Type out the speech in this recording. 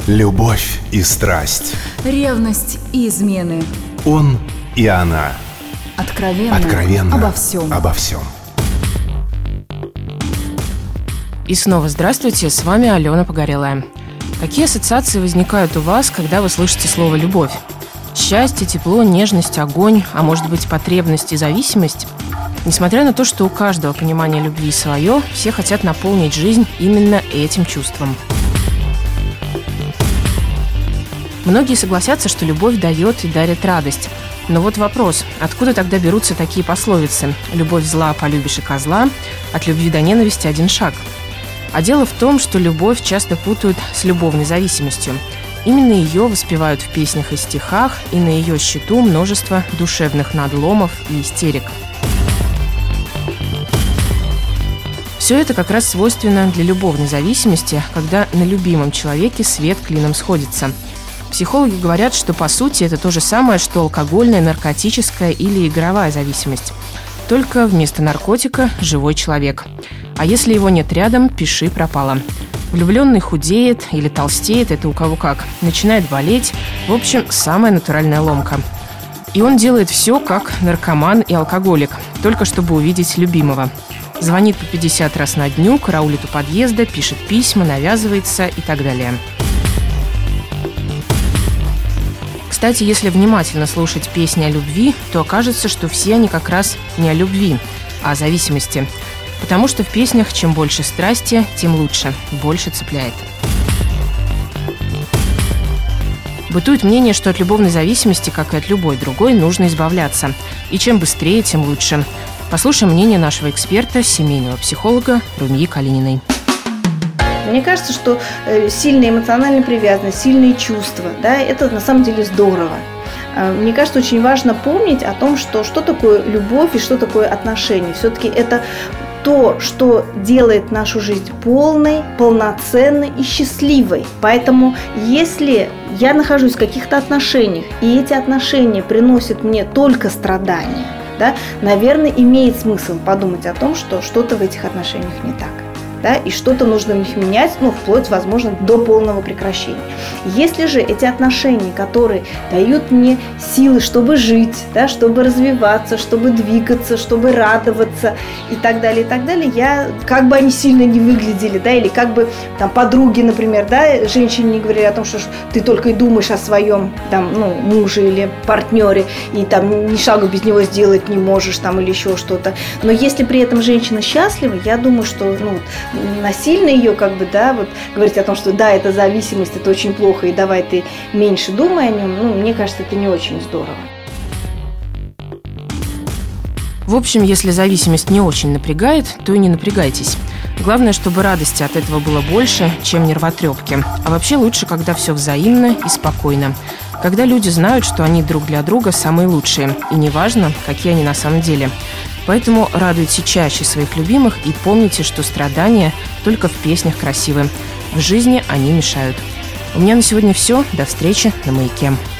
Любовь и страсть. Ревность и измены. Он и она. Откровенно обо всем. И снова здравствуйте, с вами Алена Погорелая. Какие ассоциации возникают у вас, когда вы слышите слово «любовь»? Счастье, тепло, нежность, огонь, а может быть потребность и зависимость? Несмотря на то, что у каждого понимание любви свое, все хотят наполнить жизнь именно этим чувством. Многие согласятся, что любовь дает и дарит радость. Но вот вопрос, откуда тогда берутся такие пословицы «любовь зла, полюбишь и козла», «от любви до ненависти один шаг». А дело в том, что любовь часто путают с любовной зависимостью. Именно ее воспевают в песнях и стихах, и на ее счету множество душевных надломов и истерик. Все это как раз свойственно для любовной зависимости, когда на любимом человеке свет клином сходится. Психологи говорят, что по сути это то же самое, что алкогольная, наркотическая или игровая зависимость. Только вместо наркотика – живой человек. А если его нет рядом, пиши пропало. Влюбленный худеет или толстеет, это у кого как. Начинает болеть. В общем, самая натуральная ломка. И он делает все, как наркоман и алкоголик, только чтобы увидеть любимого. Звонит по 50 раз на дню, караулит у подъезда, пишет письма, навязывается и так далее. Кстати, если внимательно слушать песни о любви, то окажется, что все они как раз не о любви, а о зависимости. Потому что в песнях чем больше страсти, тем лучше, больше цепляет. Бытует мнение, что от любовной зависимости, как и от любой другой, нужно избавляться. И чем быстрее, тем лучше. Послушаем мнение нашего эксперта, семейного психолога Румии Калининой. Мне кажется, что сильная эмоциональная привязанность, сильные чувства, да, это на самом деле здорово. Мне кажется, очень важно помнить о том, что такое любовь и что такое отношения. Все-таки это то, что делает нашу жизнь полной, полноценной и счастливой. Поэтому, если я нахожусь в каких-то отношениях, и эти отношения приносят мне только страдания, да, наверное, имеет смысл подумать о том, что что-то в этих отношениях не так. Да, и что-то нужно в них менять, вплоть, возможно, до полного прекращения. Если же эти отношения, которые дают мне силы, чтобы жить, да, чтобы развиваться, чтобы двигаться, чтобы радоваться и так далее, я, как бы они сильно не выглядели, да, или как бы там подруги, например, да, женщине не говорили о том, что ты только и думаешь о своем там, муже или партнере, и там ни шагу без него сделать не можешь, там, или еще что-то. Но если при этом женщина счастлива, я думаю, что насильно ее говорить о том, что да, это зависимость, это очень плохо, и давай ты меньше думай о нем, мне кажется, это не очень здорово. В общем, если зависимость не очень напрягает, то и не напрягайтесь. Главное, чтобы радости от этого было больше, чем нервотрепки. А вообще лучше, когда все взаимно и спокойно. Когда люди знают, что они друг для друга самые лучшие, и неважно, какие они на самом деле. Поэтому радуйте чаще своих любимых и помните, что страдания только в песнях красивы. В жизни они мешают. У меня на сегодня все. До встречи на «Маяке».